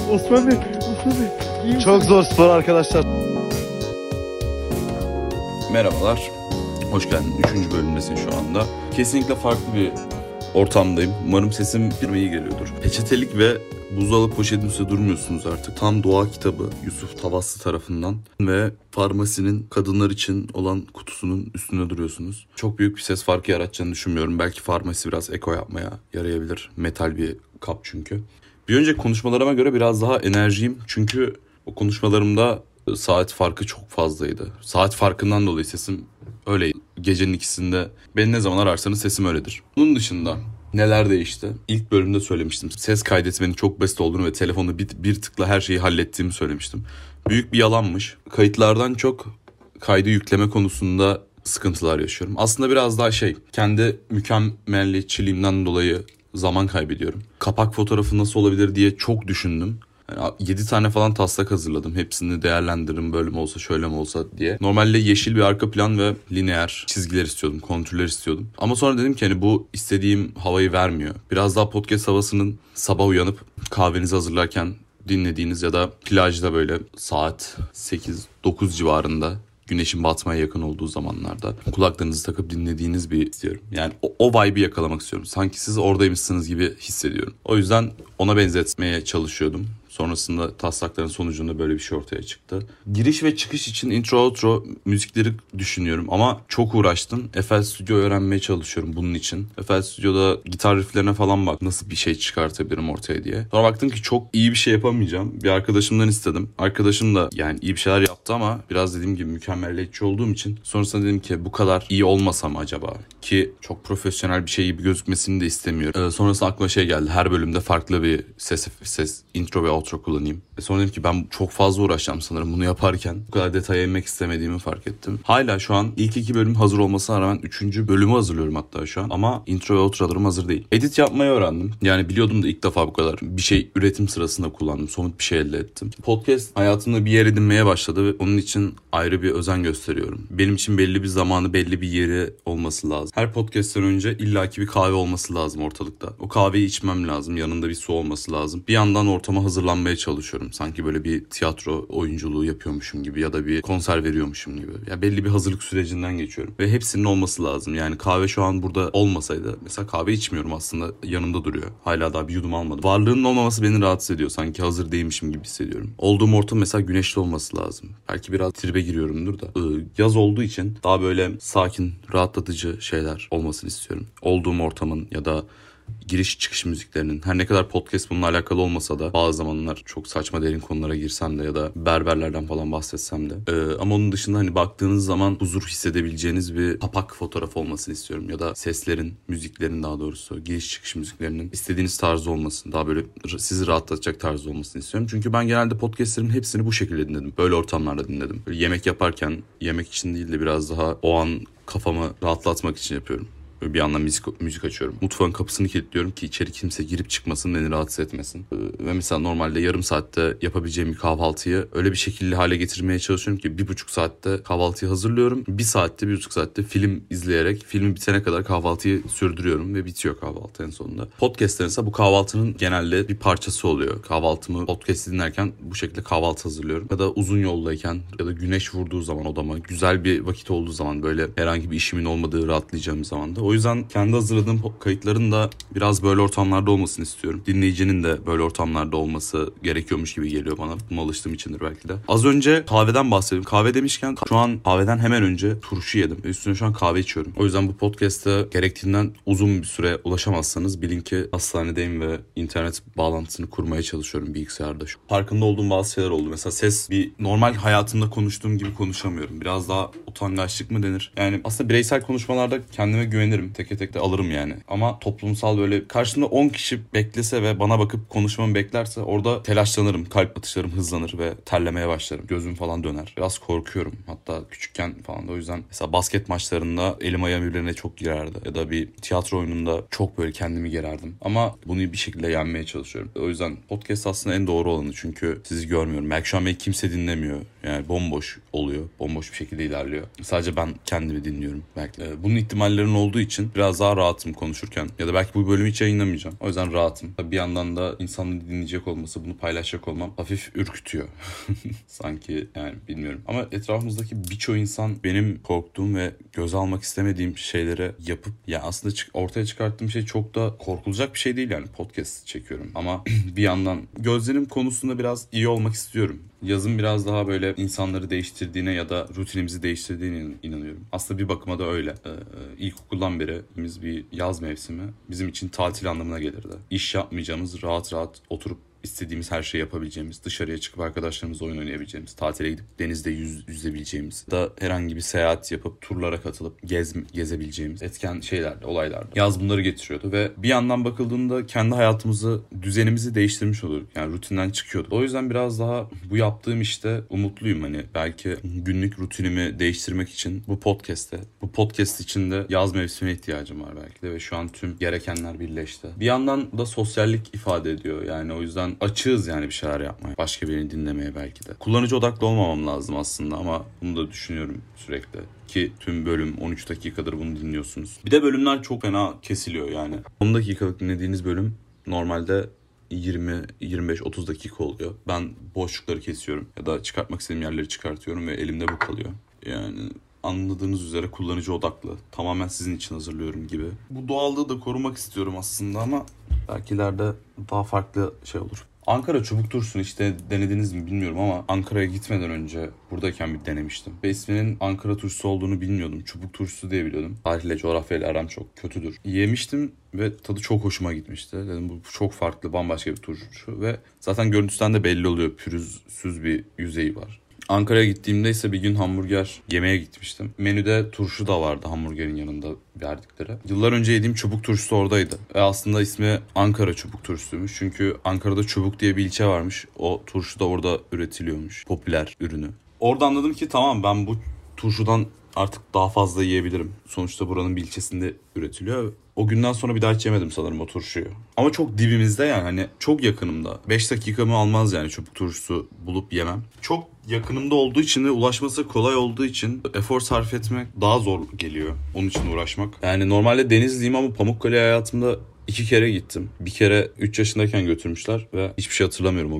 Osman Bey, iyi misin? Çok zor spor arkadaşlar. Merhabalar, hoş geldin. 3. bölümdesin şu anda. Kesinlikle farklı bir ortamdayım. Umarım sesim iyi geliyordur. Peçetelik ve buzdolabı poşetin üstünde durmuyorsunuz artık. Tam Doğa kitabı Yusuf Tavaslı tarafından ve farmasinin kadınlar için olan kutusunun üstünde duruyorsunuz. Çok büyük bir ses farkı yaratacağını düşünmüyorum. Belki farmasi biraz eko yapmaya yarayabilir. Metal bir kap çünkü. Bir önceki konuşmalarıma göre biraz daha enerjiyim. Çünkü o konuşmalarımda saat farkı çok fazlaydı. Saat farkından dolayı sesim öyle. Gecenin ikisinde beni ne zaman ararsanız sesim öyledir. Bunun dışında neler değişti? İlk bölümde söylemiştim. Ses kaydetmenin çok basit olduğunu ve telefonda bir tıkla her şeyi hallettiğimi söylemiştim. Büyük bir yalanmış. Kayıtlardan çok kaydı yükleme konusunda sıkıntılar yaşıyorum. Aslında biraz daha kendi mükemmeliyetçiliğimden dolayı zaman kaybediyorum. Kapak fotoğrafı nasıl olabilir diye çok düşündüm. Yani 7 tane falan taslak hazırladım. Hepsini değerlendiririm, böyle mi olsa şöyle mi olsa diye. Normalde yeşil bir arka plan ve lineer çizgiler istiyordum, kontürler istiyordum. Ama sonra dedim ki bu istediğim havayı vermiyor. Biraz daha podcast havasının sabah uyanıp kahvenizi hazırlarken dinlediğiniz ya da plajda böyle saat 8-9 civarında güneşin batmaya yakın olduğu zamanlarda kulaklarınızı takıp dinlediğiniz bir istiyorum. Yani o vibe'ı yakalamak istiyorum. Sanki siz oradaymışsınız gibi hissediyorum. O yüzden ona benzetmeye çalışıyordum. Sonrasında taslakların sonucunda böyle bir şey ortaya çıktı. Giriş ve çıkış için intro outro müzikleri düşünüyorum ama çok uğraştım. FL Studio öğrenmeye çalışıyorum bunun için. FL Studio'da gitar rifflerine falan bak, nasıl bir şey çıkartabilirim ortaya diye. Sonra baktım ki çok iyi bir şey yapamayacağım. Bir arkadaşımdan istedim. Arkadaşım da yani iyi bir şeyler yaptı ama biraz dediğim gibi mükemmeliyetçi olduğum için sonrasında dedim ki bu kadar iyi olmasam acaba? Ki çok profesyonel bir şey gibi gözükmesini de istemiyorum. Sonrasında aklıma geldi. Her bölümde farklı bir ses intro ve outro kullanayım. Sonra dedim ki ben çok fazla uğraşacağım sanırım bunu yaparken. Bu kadar detaya inmek istemediğimi fark ettim. Hala şu an ilk 2 bölüm hazır olmasına rağmen 3. bölümü hazırlıyorum hatta şu an. Ama intro ve outrolarım hazır değil. Edit yapmayı öğrendim. Yani biliyordum da ilk defa bu kadar bir şey üretim sırasında kullandım. Somut bir şey elde ettim. Podcast hayatımda bir yer edinmeye başladı ve onun için ayrı bir özen gösteriyorum. Benim için belli bir zamanı, belli bir yeri olması lazım. Her podcast'ten önce illaki bir kahve olması lazım ortalıkta. O kahveyi içmem lazım. Yanında bir su olması lazım. Bir yandan ortama hazırlanmaya çalışıyorum. Sanki böyle bir tiyatro oyunculuğu yapıyormuşum gibi ya da bir konser veriyormuşum gibi. Ya belli bir hazırlık sürecinden geçiyorum. Ve hepsinin olması lazım. Yani kahve şu an burada olmasaydı, mesela kahve içmiyorum aslında, yanımda duruyor. Hala daha bir yudum almadım. Varlığının olmaması beni rahatsız ediyor. Sanki hazır değilmişim gibi hissediyorum. Olduğum ortam mesela güneşli olması lazım. Belki biraz tribe giriyorumdur da. Yaz olduğu için daha böyle sakin, rahatlatıcı şeyler olmasını istiyorum. Olduğum ortamın ya da giriş çıkış müziklerinin, her ne kadar podcast bununla alakalı olmasa da bazı zamanlar çok saçma derin konulara girsem de ya da berberlerden falan bahsetsem de ama onun dışında baktığınız zaman huzur hissedebileceğiniz bir kapak fotoğrafı olmasını istiyorum ya da seslerin, müziklerin, daha doğrusu giriş çıkış müziklerinin istediğiniz tarzı olmasını, daha böyle sizi rahatlatacak tarzı olmasını istiyorum. Çünkü ben genelde podcastlerimin hepsini bu şekilde dinledim. Böyle ortamlarda dinledim. Böyle yemek yaparken, yemek için değil de biraz daha o an kafamı rahatlatmak için yapıyorum. Bir yandan müzik açıyorum. Mutfağın kapısını kilitliyorum ki içeri kimse girip çıkmasın, beni rahatsız etmesin. Ve mesela normalde yarım saatte yapabileceğim bir kahvaltıyı öyle bir şekilde hale getirmeye çalışıyorum ki 1,5 saatte kahvaltıyı hazırlıyorum. 1,5 saatte film izleyerek filmi bitene kadar kahvaltıyı sürdürüyorum ve bitiyor kahvaltı en sonunda. Podcast'ler ise bu kahvaltının genelde bir parçası oluyor. Kahvaltımı podcast'i dinlerken bu şekilde kahvaltı hazırlıyorum. Ya da uzun yoldayken ya da güneş vurduğu zaman odama, güzel bir vakit olduğu zaman, böyle herhangi bir işimin olmadığı, rahatlayacağım zamanda. O yüzden kendi hazırladığım kayıtların da biraz böyle ortamlarda olmasını istiyorum. Dinleyicinin de böyle ortamlarda olması gerekiyormuş gibi geliyor bana. Buna alıştığım içindir belki de. Az önce kahveden bahsettim. Kahve demişken şu an kahveden hemen önce turşu yedim. Üstüne şu an kahve içiyorum. O yüzden bu podcast'te gerektiğinden uzun bir süre ulaşamazsanız bilin ki hastanedeyim ve internet bağlantısını kurmaya çalışıyorum bilgisayarda. Farkında olduğum bazı şeyler oldu. Mesela ses, bir normal hayatımda konuştuğum gibi konuşamıyorum. Biraz daha utangaçlık mı denir? Yani aslında bireysel konuşmalarda kendime güvenirim. Teke tek de alırım yani. Ama toplumsal, böyle karşımda 10 kişi beklese ve bana bakıp konuşmamı beklerse orada telaşlanırım. Kalp atışlarım hızlanır ve terlemeye başlarım. Gözüm falan döner. Biraz korkuyorum. Hatta küçükken falan da o yüzden mesela basket maçlarında elim ayağım birbirine çok girerdi. Ya da bir tiyatro oyununda çok böyle kendimi gererdim. Ama bunu bir şekilde yenmeye çalışıyorum. O yüzden podcast aslında en doğru olanı. Çünkü sizi görmüyorum. Belki şu an beni kimse dinlemiyor. Yani bomboş oluyor. Bomboş bir şekilde ilerliyor. Sadece ben kendimi dinliyorum belki. Bunun ihtimallerinin olduğu için için biraz daha rahatım konuşurken. Ya da belki bu bölümü hiç yayınlamayacağım. O yüzden rahatım. Bir yandan da insanların dinleyecek olması, bunu paylaşacak olmam hafif ürkütüyor. Sanki yani bilmiyorum. Ama etrafımızdaki birçok insan benim korktuğum ve göze almak istemediğim şeylere yapıp ya aslında ortaya çıkarttığım şey çok da korkulacak bir şey değil yani, podcast çekiyorum. Ama bir yandan gözlerim konusunda biraz iyi olmak istiyorum. Yazın biraz daha böyle insanları değiştirdiğine ya da rutinimizi değiştirdiğine inanıyorum. Aslında bir bakıma da öyle. İlkokuldan beri bir yaz mevsimi bizim için tatil anlamına gelirdi. İş yapmayacağımız, rahat rahat oturup istediğimiz her şeyi yapabileceğimiz, dışarıya çıkıp arkadaşlarımızla oyun oynayabileceğimiz, tatile gidip denizde yüzebileceğimiz, da herhangi bir seyahat yapıp turlara katılıp gezebileceğimiz etken şeylerdi, olaylardı. Yaz bunları getiriyordu ve bir yandan bakıldığında kendi hayatımızı, düzenimizi değiştirmiş oluyorduk. Yani rutinden çıkıyorduk. O yüzden biraz daha bu yaptığım işte umutluyum. Hani belki günlük rutinimi değiştirmek için bu podcast için de yaz mevsimine ihtiyacım var belki de ve şu an tüm gerekenler birleşti. Bir yandan da sosyallik ifade ediyor. Yani o yüzden açığız yani bir şeyler yapmaya. Başka birini dinlemeye belki de. Kullanıcı odaklı olmamam lazım aslında ama bunu da düşünüyorum sürekli. Ki tüm bölüm 13 dakikadır bunu dinliyorsunuz. Bir de bölümler çok fena kesiliyor yani. 10 dakikalık dinlediğiniz bölüm normalde 20-25-30 dakika oluyor. Ben boşlukları kesiyorum ya da çıkartmak istediğim yerleri çıkartıyorum ve elimde bu kalıyor. Yani anladığınız üzere kullanıcı odaklı. Tamamen sizin için hazırlıyorum gibi. Bu doğallığı da korumak istiyorum aslında ama belki ileride daha farklı şey olur. Ankara Çubuk Turşu'nu işte denediniz mi bilmiyorum ama Ankara'ya gitmeden önce buradayken bir denemiştim. Ve isminin Ankara turşusu olduğunu bilmiyordum. Çubuk turşusu diye biliyordum. Tarihle, coğrafyayla aram çok kötüdür. Yemiştim ve tadı çok hoşuma gitmişti. Dedim bu çok farklı, bambaşka bir turşu. Ve zaten görüntüsünden de belli oluyor. Pürüzsüz bir yüzeyi var. Ankara'ya gittiğimde ise bir gün hamburger yemeye gitmiştim. Menüde turşu da vardı hamburgerin yanında verdikleri. Yıllar önce yediğim çubuk turşusu oradaydı. Ve aslında ismi Ankara Çubuk Turşusuymuş. Çünkü Ankara'da Çubuk diye bir ilçe varmış. O turşu da orada üretiliyormuş. Popüler ürünü. Orada anladım ki tamam, ben bu turşudan artık daha fazla yiyebilirim. Sonuçta buranın bir ilçesinde üretiliyor. O günden sonra bir daha hiç yemedim sanırım o turşuyu. Ama çok dibimizde yani, hani çok yakınımda. 5 dakikamı almaz yani çubuk turşusu bulup yemem. Çok yakınımda olduğu için ve ulaşması kolay olduğu için efor sarf etmek daha zor geliyor. Onun için uğraşmak. Yani normalde Denizliyim ama Pamukkale'ye hayatımda 2 kere gittim. Bir kere 3 yaşındayken götürmüşler ve hiçbir şey hatırlamıyorum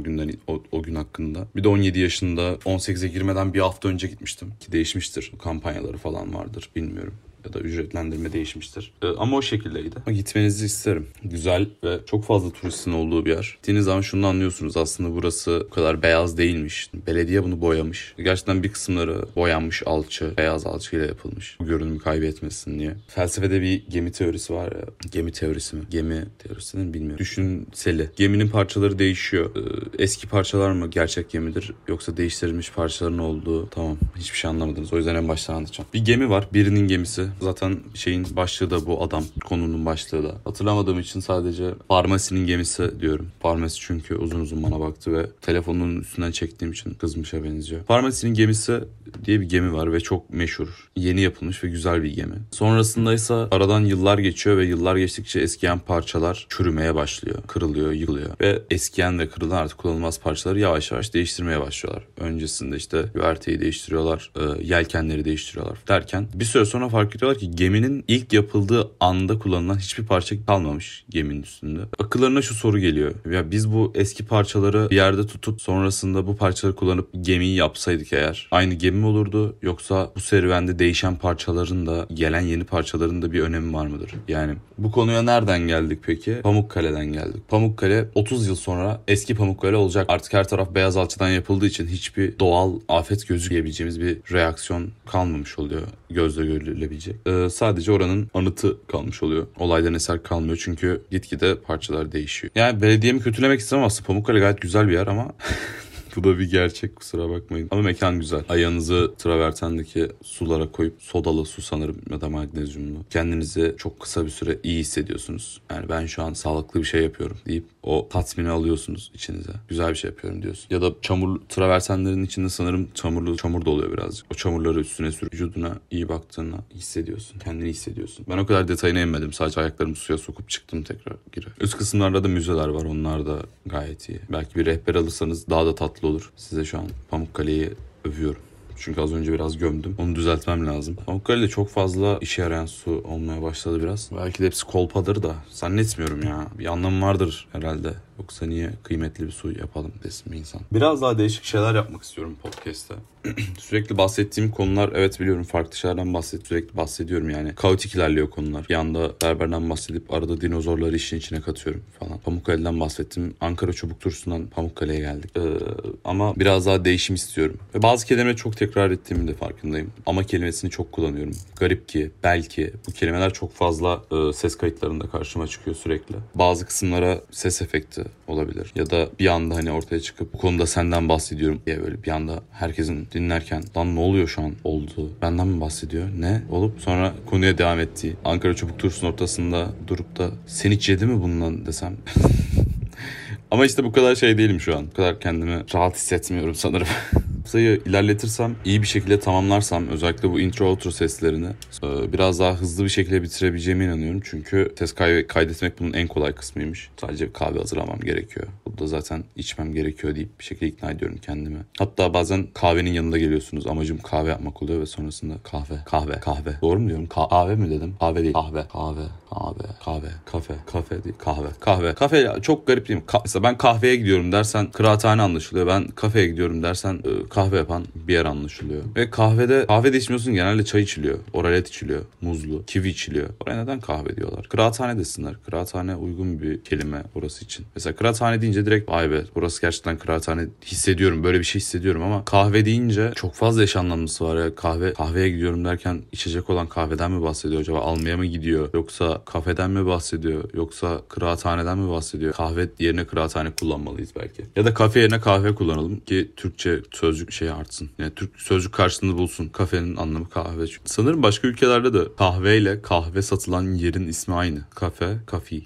o gün hakkında. Bir de 17 yaşında 18'e girmeden bir hafta önce gitmiştim. Ki değişmiştir. Kampanyaları falan vardır bilmiyorum. Ya da ücretlendirme değişmiştir. Ama o şekildeydi. Gitmenizi isterim. Güzel ve çok fazla turistin olduğu bir yer. Gittiğiniz zaman şunu anlıyorsunuz. Aslında burası o kadar beyaz değilmiş. Belediye bunu boyamış. Gerçekten bir kısımları boyanmış alçı. Beyaz alçıyla yapılmış. Bu görünümü kaybetmesin diye. Felsefede bir gemi teorisi var ya. Gemi teorisi mi? Gemi teorisi mi bilmiyorum. Düşünseli. Geminin parçaları değişiyor. Eski parçalar mı gerçek gemidir? Yoksa değiştirilmiş parçaların olduğu. Tamam. Hiçbir şey anlamadınız. O yüzden en baştan anlatacağım. Bir gemi var. Birinin gemisi. Zaten şeyin başlığı da bu adam. Konunun başlığı da. Hatırlamadığım için sadece Farmasi'nin gemisi diyorum. Farmasi çünkü uzun uzun bana baktı ve telefonun üstünden çektiğim için kızmışa benziyor. Farmasi'nin gemisi diye bir gemi var ve çok meşhur. Yeni yapılmış ve güzel bir gemi. Sonrasında ise aradan yıllar geçiyor ve yıllar geçtikçe eskiyen parçalar çürümeye başlıyor. Kırılıyor, yıkılıyor. Ve eskiyen ve kırılan artık kullanılmaz parçaları yavaş yavaş değiştirmeye başlıyorlar. Öncesinde işte güverteyi değiştiriyorlar, yelkenleri değiştiriyorlar derken bir süre sonra fark ediyorlar ki geminin ilk yapıldığı anda kullanılan hiçbir parça kalmamış geminin üstünde. Akıllarına şu soru geliyor. Ya biz bu eski parçaları bir yerde tutup sonrasında bu parçaları kullanıp gemiyi yapsaydık eğer aynı gemi mi olurdu, yoksa bu serüvende değişen parçaların da gelen yeni parçaların da bir önemi var mıdır? Yani bu konuya nereden geldik peki? Pamukkale'den geldik. Pamukkale 30 yıl sonra eski Pamukkale olacak. Artık her taraf beyaz alçıdan yapıldığı için hiçbir doğal afet gözükebileceğimiz bir reaksiyon kalmamış oluyor. Gözle görülebilecek. Sadece oranın anıtı kalmış oluyor. Olaydan eser kalmıyor çünkü gitgide parçalar değişiyor. Yani belediyemi kötülemek istemem aslında. Pamukkale gayet güzel bir yer ama bu da bir gerçek, kusura bakmayın. Ama mekan güzel. Ayağınızı travertendeki sulara koyup, sodalı su sanırım ya da magnezyumlu, kendinizi çok kısa bir süre iyi hissediyorsunuz. Yani ben şu an sağlıklı bir şey yapıyorum deyip o tatmini alıyorsunuz içinize. Güzel bir şey yapıyorum diyorsun. Ya da travertenlerin içinde sanırım çamur da oluyor birazcık. O çamurları üstüne sürüp vücuduna iyi baktığını hissediyorsun. Kendini hissediyorsun. Ben o kadar detayına inmedim. Sadece ayaklarımı suya sokup çıktım tekrar geri. Üst kısımlarda da müzeler var. Onlar da gayet iyi. Belki bir rehber alırsanız daha da tatlı olur. Size şu an Pamukkale'yi övüyorum. Çünkü az önce biraz gömdüm. Onu düzeltmem lazım. Pamukkale'de çok fazla işe yarayan su olmaya başladı biraz. Belki de hepsi kolpadır da zannetmiyorum ya. Bir anlamı vardır herhalde. Yoksa niye kıymetli bir su yapalım desin bir insan. Biraz daha değişik şeyler yapmak istiyorum podcast'te. Sürekli bahsettiğim konular, evet biliyorum farklı şeylerden sürekli bahsediyorum yani. Kaotik ilerliyor konular. Bir anda berberden bahsedip arada dinozorları işin içine katıyorum falan. Pamukkale'den bahsettim. Ankara Çubuk Turşu'ndan Pamukkale'ye geldik. Ama biraz daha değişim istiyorum. Ve bazı kelimeleri çok tekrar ettiğimin de farkındayım. Ama kelimesini çok kullanıyorum. Garip ki, belki bu kelimeler çok fazla ses kayıtlarında karşıma çıkıyor sürekli. Bazı kısımlara ses efekti olabilir. Ya da bir anda hani ortaya çıkıp bu konuda senden bahsediyorum diye böyle bir anda herkesin dinlerken lan ne oluyor şu an oldu? Benden mi bahsediyor? Ne? Olup sonra konuya devam ettiği. Ankara Çubuk Turşu'nun ortasında durup da sen hiç yedi mi bundan desem. Ama işte bu kadar şey değilim şu an. Bu kadar kendimi rahat hissetmiyorum sanırım. Sayı ilerletirsem, iyi bir şekilde tamamlarsam özellikle bu intro outro seslerini biraz daha hızlı bir şekilde bitirebileceğime inanıyorum. Çünkü ses kaydetmek bunun en kolay kısmıymış. Sadece bir kahve hazırlamam gerekiyor. Bu da zaten içmem gerekiyor deyip bir şekilde ikna ediyorum kendimi. Hatta bazen kahvenin yanında geliyorsunuz. Amacım kahve yapmak oluyor ve sonrasında kahve. Doğru mu diyorum? Kahve mi dedim? Kahve değil. Kafe değil. Kafe çok garip değil mi? Mesela ben kahveye gidiyorum dersen kıraathane anlaşılıyor. Ben kafeye gidiyorum dersen kahve yapan bir yer anlaşılıyor. Ve kahve de içmiyorsun, genelde çay içiliyor. Oralet içiliyor. Muzlu. Kivi içiliyor. Oraya neden kahve diyorlar? Kıraathane desinler. Kıraathane uygun bir kelime orası için. Mesela kıraathane deyince direkt vay be burası gerçekten kıraathane hissediyorum. Böyle bir şey hissediyorum ama kahve deyince çok fazla eş anlamlısı var ya. Kahveye gidiyorum derken içecek olan kahveden mi bahsediyor acaba? Almaya mı gidiyor? Yoksa kafeden mi bahsediyor? Yoksa kıraathaneden mi bahsediyor? Kahve yerine kıraathane kullanmalıyız belki. Ya da kafe yerine kahve kullanalım ki Türkçe sözcük şeyi artsın. Yani Türk sözcük karşılığını bulsun. Kafenin anlamı kahve. Sanırım başka ülkelerde de kahveyle kahve satılan yerin ismi aynı. Kafe, kafi.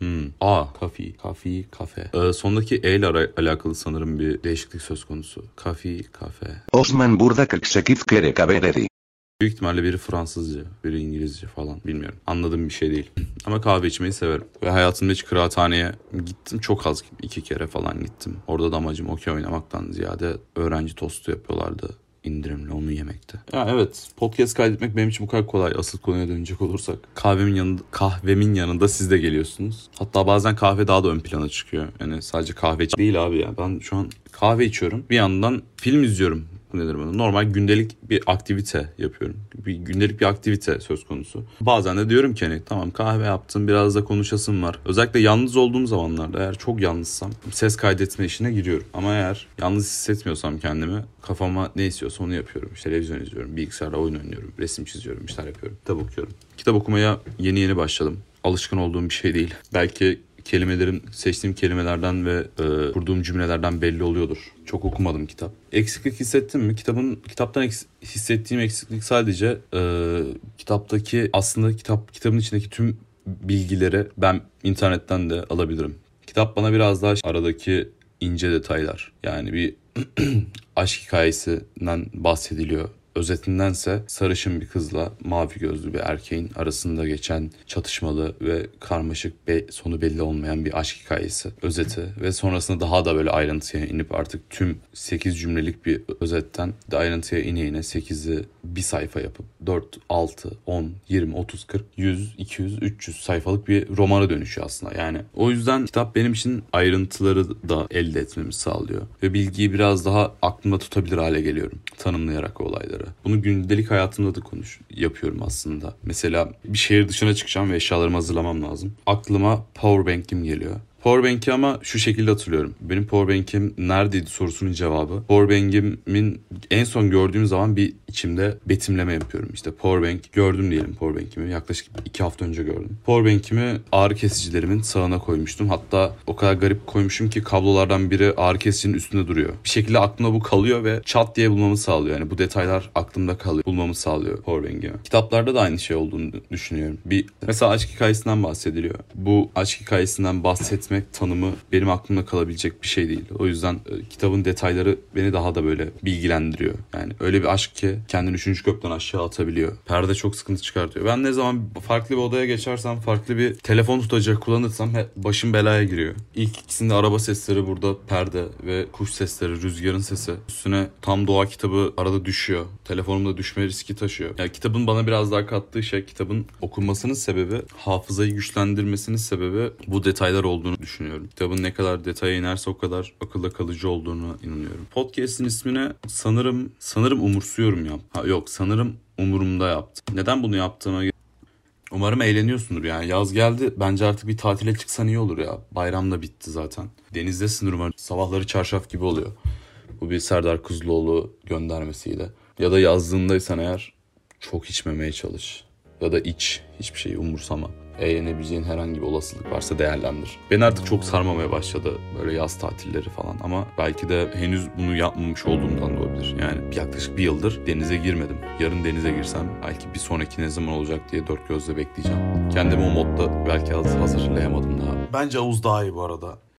Kafe. Sondaki E ile alakalı sanırım bir değişiklik söz konusu. Kafi, kafe. Osman burada 48 kere kaberedi. Büyük ihtimalle biri Fransızca, biri İngilizce falan bilmiyorum. Anladığım bir şey değil. Ama kahve içmeyi severim. Ve hayatımda hiç kıraathaneye gittim. Çok az 2 kere falan gittim. Orada da amacım okey oynamaktan ziyade öğrenci tostu yapıyorlardı. İndirimli onu yemekte. Ya evet, podcast kaydetmek benim için bu kadar kolay. Asıl konuya dönecek olursak. Kahvemin yanında siz de geliyorsunuz. Hatta bazen kahve daha da ön plana çıkıyor. Yani sadece kahve değil abi ya. Ben şu an kahve içiyorum. Bir yandan film izliyorum. Nedir bunu? Normal gündelik bir aktivite yapıyorum. Gündelik bir aktivite söz konusu. Bazen de diyorum ki hani tamam kahve yaptım, biraz da konuşasım var. Özellikle yalnız olduğum zamanlarda eğer çok yalnızsam ses kaydetme işine giriyorum. Ama eğer yalnız hissetmiyorsam kendimi kafama ne istiyorsa onu yapıyorum. İşte televizyon izliyorum, bilgisayarda oyun oynuyorum, resim çiziyorum, işler yapıyorum. Kitap okuyorum. Kitap okumaya yeni başladım. Alışkın olduğum bir şey değil. Belki seçtiğim kelimelerden ve kurduğum cümlelerden belli oluyordur. Çok okumadım kitap. Eksiklik hissettim mi? Kitaptan hissettiğim eksiklik sadece kitabın içindeki tüm bilgileri ben internetten de alabilirim. Kitap bana biraz daha aradaki ince detaylar. Yani bir aşk hikayesinden bahsediliyor. Özetindense sarışın bir kızla mavi gözlü bir erkeğin arasında geçen çatışmalı ve karmaşık sonu belli olmayan bir aşk hikayesi özeti ve sonrasında daha da böyle ayrıntıya inip artık tüm 8 cümlelik bir özetten de ayrıntıya ine 8'i bir sayfa yapıp 4, 6, 10, 20, 30, 40, 100, 200, 300 sayfalık bir romana dönüşüyor aslında. Yani o yüzden kitap benim için ayrıntıları da elde etmemi sağlıyor ve bilgiyi biraz daha aklımda tutabilir hale geliyorum tanımlayarak olayları. Bunu gündelik hayatımda da yapıyorum aslında. Mesela bir şehir dışına çıkacağım ve eşyalarımı hazırlamam lazım. Aklıma powerbank'im geliyor. Powerbank'i ama şu şekilde hatırlıyorum. Benim powerbank'im neredeydi sorusunun cevabı. Powerbank'imin en son gördüğüm zaman bir içimde betimleme yapıyorum. İşte powerbank gördüm diyelim powerbank'imi. Yaklaşık 2 hafta önce gördüm. Powerbank'imi ağrı kesicilerimin sağına koymuştum. Hatta o kadar garip koymuşum ki kablolardan biri ağrı kesicinin üstünde duruyor. Bir şekilde aklımda bu kalıyor ve çat diye bulmamı sağlıyor. Yani bu detaylar aklımda kalıyor. Bulmamı sağlıyor powerbank'imi. Kitaplarda da aynı şey olduğunu düşünüyorum. Mesela aşk hikayesinden bahsediliyor. Bu aşk hikayesinden bahsetmek tanımı benim aklımda kalabilecek bir şey değil. O yüzden kitabın detayları beni daha da böyle bilgilendiriyor. Yani öyle bir aşk ki kendini 3. köprüden aşağı atabiliyor. Perde çok sıkıntı çıkartıyor. Ben ne zaman farklı bir odaya geçersem, farklı bir telefon tutacak kullanırsam başım belaya giriyor. İlk ikisinde araba sesleri, burada perde ve kuş sesleri, rüzgarın sesi. Üstüne tam doğa kitabı arada düşüyor. Telefonumda düşme riski taşıyor. Yani kitabın bana biraz daha kattığı şey, kitabın okunmasının sebebi, hafızayı güçlendirmesinin sebebi bu detaylar olduğunu düşünüyorum. Kitabın ne kadar detaya inerse o kadar akılda kalıcı olduğunu inanıyorum. Podcast'in ismini sanırım umursuyorum ya. Sanırım umurumda yaptım. Neden bunu yaptığıma umarım eğleniyorsundur yani. Yaz geldi. Bence artık bir tatile çıksan iyi olur ya. Bayram da bitti zaten. Denizdesin umarım. Sabahları çarşaf gibi oluyor. Bu bir Serdar Kuzuloğlu göndermesiyle. Ya da yazdığındaysan eğer çok içmemeye çalış. Ya da iç. Hiçbir şeyi umursama. Eğlenebileceğin herhangi bir olasılık varsa değerlendir. Beni artık çok sarmamaya başladı böyle yaz tatilleri falan, ama belki de henüz bunu yapmamış olduğumdan da olabilir. Yani yaklaşık bir yıldır denize girmedim. Yarın denize girsem belki bir sonraki ne zaman olacak diye dört gözle bekleyeceğim. Kendimi o modda belki hazırlayamadım daha. Bence havuz daha iyi bu arada.